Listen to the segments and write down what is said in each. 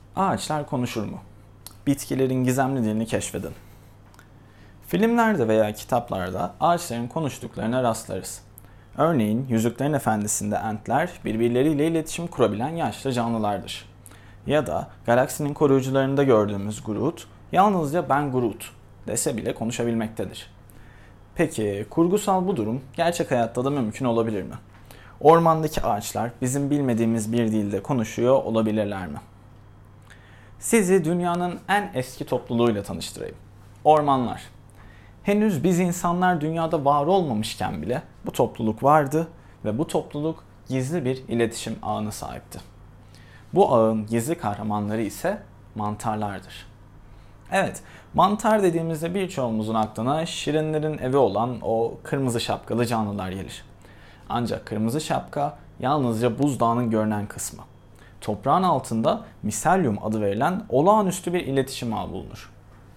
Ağaçlar konuşur mu? Bitkilerin gizemli dilini keşfedin. Filmlerde veya kitaplarda ağaçların konuştuklarına rastlarız. Örneğin Yüzüklerin Efendisi'nde entler birbirleriyle iletişim kurabilen yaşlı canlılardır. Ya da galaksinin koruyucularında gördüğümüz Groot, yalnızca "ben Groot" dese bile konuşabilmektedir. Peki kurgusal bu durum gerçek hayatta da mümkün olabilir mi? Ormandaki ağaçlar bizim bilmediğimiz bir dilde konuşuyor olabilirler mi? Sizi dünyanın en eski topluluğuyla tanıştırayım. Ormanlar. Henüz biz insanlar dünyada var olmamışken bile bu topluluk vardı ve bu topluluk gizli bir iletişim ağına sahipti. Bu ağın gizli kahramanları ise mantarlardır. Evet, mantar dediğimizde birçoğumuzun aklına şirinlerin evi olan o kırmızı şapkalı canlılar gelir. Ancak kırmızı şapka yalnızca buzdağının görünen kısmı. Toprağın altında miselyum adı verilen olağanüstü bir iletişim ağı bulunur.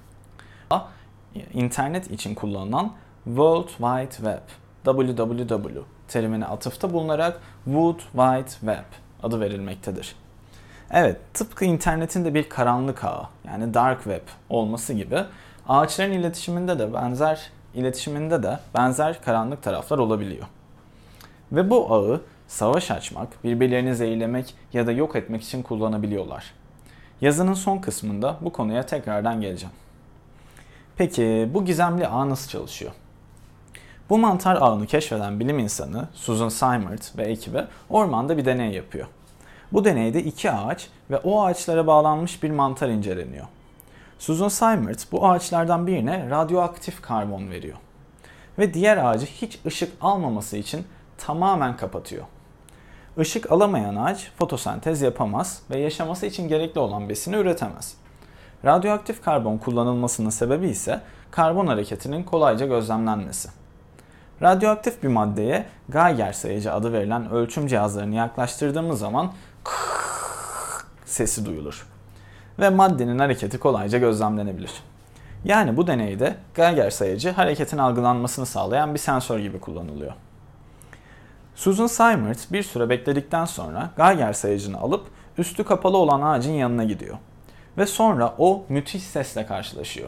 İnternet için kullanılan World Wide Web, WWW terimine atıfta bulunarak Wood Wide Web adı verilmektedir. Evet, tıpkı internetin de bir karanlık ağı, yani dark web olması gibi ağaçların iletişiminde de benzer karanlık taraflar olabiliyor. Ve bu ağı savaş açmak, birbirlerini zehirlemek ya da yok etmek için kullanabiliyorlar. Yazının son kısmında bu konuya tekrardan geleceğim. Peki bu gizemli ağ nasıl çalışıyor? Bu mantar ağını keşfeden bilim insanı Susan Simard ve ekibi ormanda bir deney yapıyor. Bu deneyde iki ağaç ve o ağaçlara bağlanmış bir mantar inceleniyor. Susan Simard bu ağaçlardan birine radyoaktif karbon veriyor. Ve diğer ağacı hiç ışık almaması için tamamen kapatıyor. Işık alamayan ağaç fotosentez yapamaz ve yaşaması için gerekli olan besini üretemez. Radyoaktif karbon kullanılmasının sebebi ise karbon hareketinin kolayca gözlemlenmesi. Radyoaktif bir maddeye Geiger sayıcı adı verilen ölçüm cihazlarını yaklaştırdığımız zaman sesi duyulur ve maddenin hareketi kolayca gözlemlenebilir. Yani bu deneyde Geiger sayıcı hareketin algılanmasını sağlayan bir sensör gibi kullanılıyor. Susan Simard bir süre bekledikten sonra Geiger sayıcını alıp üstü kapalı olan ağacın yanına gidiyor. Ve sonra o müthiş sesle karşılaşıyor.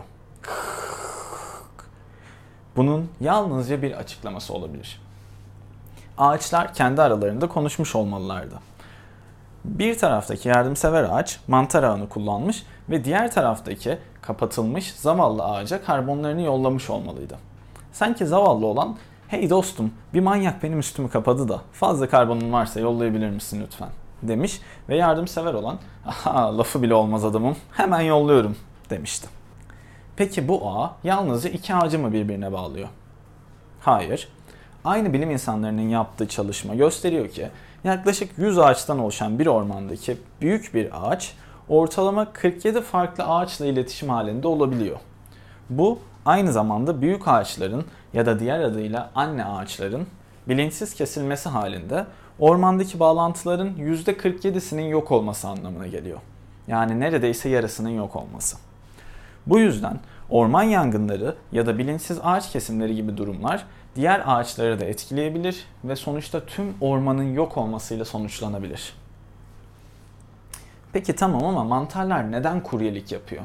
Bunun yalnızca bir açıklaması olabilir. Ağaçlar kendi aralarında konuşmuş olmalılardı. Bir taraftaki yardımsever ağaç mantar ağını kullanmış ve diğer taraftaki kapatılmış zavallı ağaca karbonlarını yollamış olmalıydı. Sanki zavallı olan, "Hey dostum, bir manyak benim üstümü kapadı da fazla karbonun varsa yollayabilir misin lütfen?" demiş ve yardımsever olan, "Aha, lafı bile olmaz adamım, hemen yolluyorum." demişti. Peki bu ağ yalnızca iki ağacı mı birbirine bağlıyor? Hayır. Aynı bilim insanlarının yaptığı çalışma gösteriyor ki yaklaşık 100 ağaçtan oluşan bir ormandaki büyük bir ağaç ortalama 47 farklı ağaçla iletişim halinde olabiliyor. Bu aynı zamanda büyük ağaçların ya da diğer adıyla anne ağaçların bilinçsiz kesilmesi halinde ormandaki bağlantıların %47'sinin yok olması anlamına geliyor. Yani neredeyse yarısının yok olması. Bu yüzden orman yangınları ya da bilinçsiz ağaç kesimleri gibi durumlar diğer ağaçları da etkileyebilir ve sonuçta tüm ormanın yok olmasıyla sonuçlanabilir. Peki tamam ama mantarlar neden kuryelik yapıyor?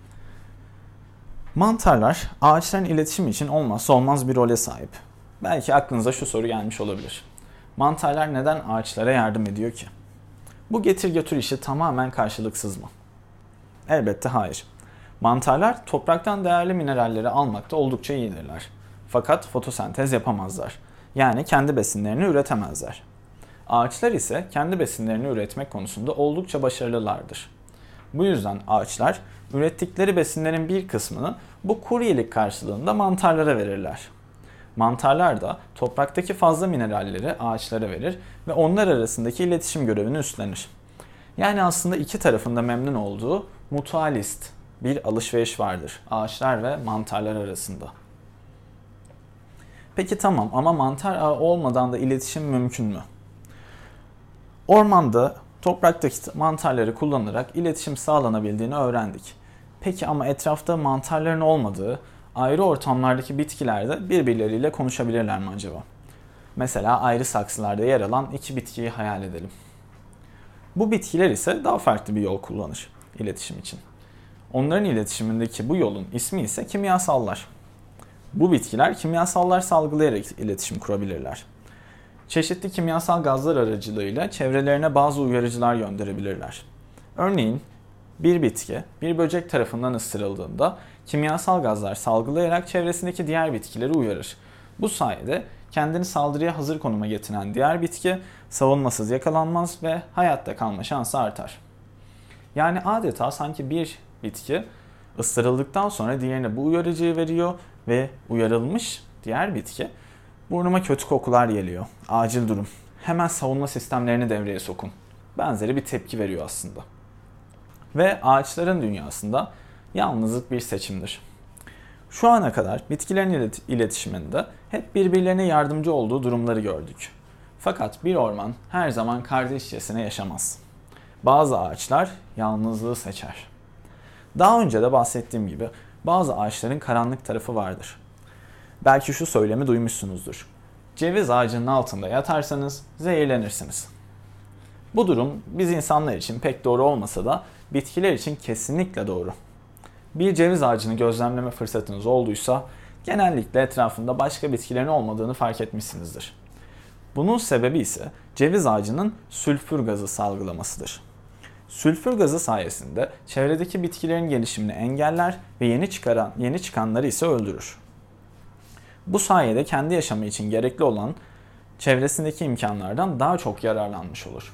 Mantarlar ağaçların iletişimi için olmazsa olmaz bir role sahip. Belki aklınıza şu soru gelmiş olabilir. Mantarlar neden ağaçlara yardım ediyor ki? Bu getir götür işi tamamen karşılıksız mı? Elbette hayır. Mantarlar topraktan değerli mineralleri almakta oldukça iyidirler. Fakat fotosentez yapamazlar. Yani kendi besinlerini üretemezler. Ağaçlar ise kendi besinlerini üretmek konusunda oldukça başarılılardır. Bu yüzden ağaçlar ürettikleri besinlerin bir kısmını bu kuryelik karşılığında mantarlara verirler. Mantarlar da topraktaki fazla mineralleri ağaçlara verir ve onlar arasındaki iletişim görevini üstlenir. Yani aslında iki tarafın da memnun olduğu mutualist bir alışveriş vardır ağaçlar ve mantarlar arasında. Peki tamam ama mantar ağı olmadan da iletişim mümkün mü? Ormanda topraktaki mantarları kullanarak iletişim sağlanabildiğini öğrendik. Peki ama etrafta mantarların olmadığı ayrı ortamlardaki bitkiler de birbirleriyle konuşabilirler mi acaba? Mesela ayrı saksılarda yer alan iki bitkiyi hayal edelim. Bu bitkiler ise daha farklı bir yol kullanır. iletişim için. Onların iletişimindeki bu yolun ismi ise kimyasallar. Bu bitkiler kimyasallar salgılayarak iletişim kurabilirler. Çeşitli kimyasal gazlar aracılığıyla çevrelerine bazı uyarıcılar gönderebilirler. Örneğin bir bitki bir böcek tarafından ısırıldığında kimyasal gazlar salgılayarak çevresindeki diğer bitkileri uyarır. Bu sayede kendini saldırıya hazır konuma getiren diğer bitki savunmasız yakalanmaz ve hayatta kalma şansı artar. Yani adeta sanki bir bitki ısırıldıktan sonra diğerine bu uyarıcıyı veriyor ve uyarılmış diğer bitki burnuma kötü kokular geliyor. Acil durum. Hemen savunma sistemlerini devreye sokun. Benzeri bir tepki veriyor aslında. Ve ağaçların dünyasında yalnızlık bir seçimdir. Şu ana kadar bitkilerin iletişiminde hep birbirlerine yardımcı olduğu durumları gördük. Fakat bir orman her zaman kardeşçesine yaşamaz. Bazı ağaçlar yalnızlığı seçer. Daha önce de bahsettiğim gibi bazı ağaçların karanlık tarafı vardır. Belki şu söylemi duymuşsunuzdur. Ceviz ağacının altında yatarsanız zehirlenirsiniz. Bu durum biz insanlar için pek doğru olmasa da bitkiler için kesinlikle doğru. Bir ceviz ağacını gözlemleme fırsatınız olduysa genellikle etrafında başka bitkilerin olmadığını fark etmişsinizdir. Bunun sebebi ise ceviz ağacının sülfür gazı salgılamasıdır. Sülfür gazı sayesinde çevredeki bitkilerin gelişimini engeller ve yeni çıkanları ise öldürür. Bu sayede kendi yaşamı için gerekli olan çevresindeki imkanlardan daha çok yararlanmış olur.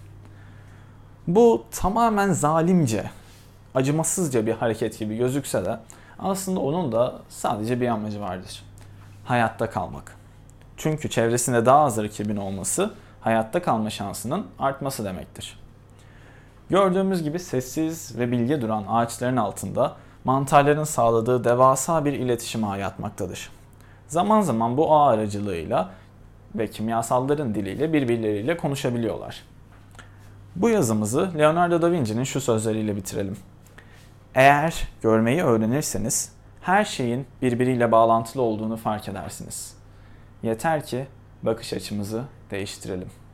Bu tamamen zalimce, acımasızca bir hareket gibi gözükse de aslında onun da sadece bir amacı vardır. Hayatta kalmak. Çünkü çevresinde daha az rakibin olması hayatta kalma şansının artması demektir. Gördüğümüz gibi sessiz ve bilge duran ağaçların altında mantarların sağladığı devasa bir iletişim ağı yatmaktadır. Zaman zaman bu ağ aracılığıyla ve kimyasalların diliyle birbirleriyle konuşabiliyorlar. Bu yazımızı Leonardo da Vinci'nin şu sözleriyle bitirelim. Eğer görmeyi öğrenirseniz her şeyin birbiriyle bağlantılı olduğunu fark edersiniz. Yeter ki bakış açımızı değiştirelim.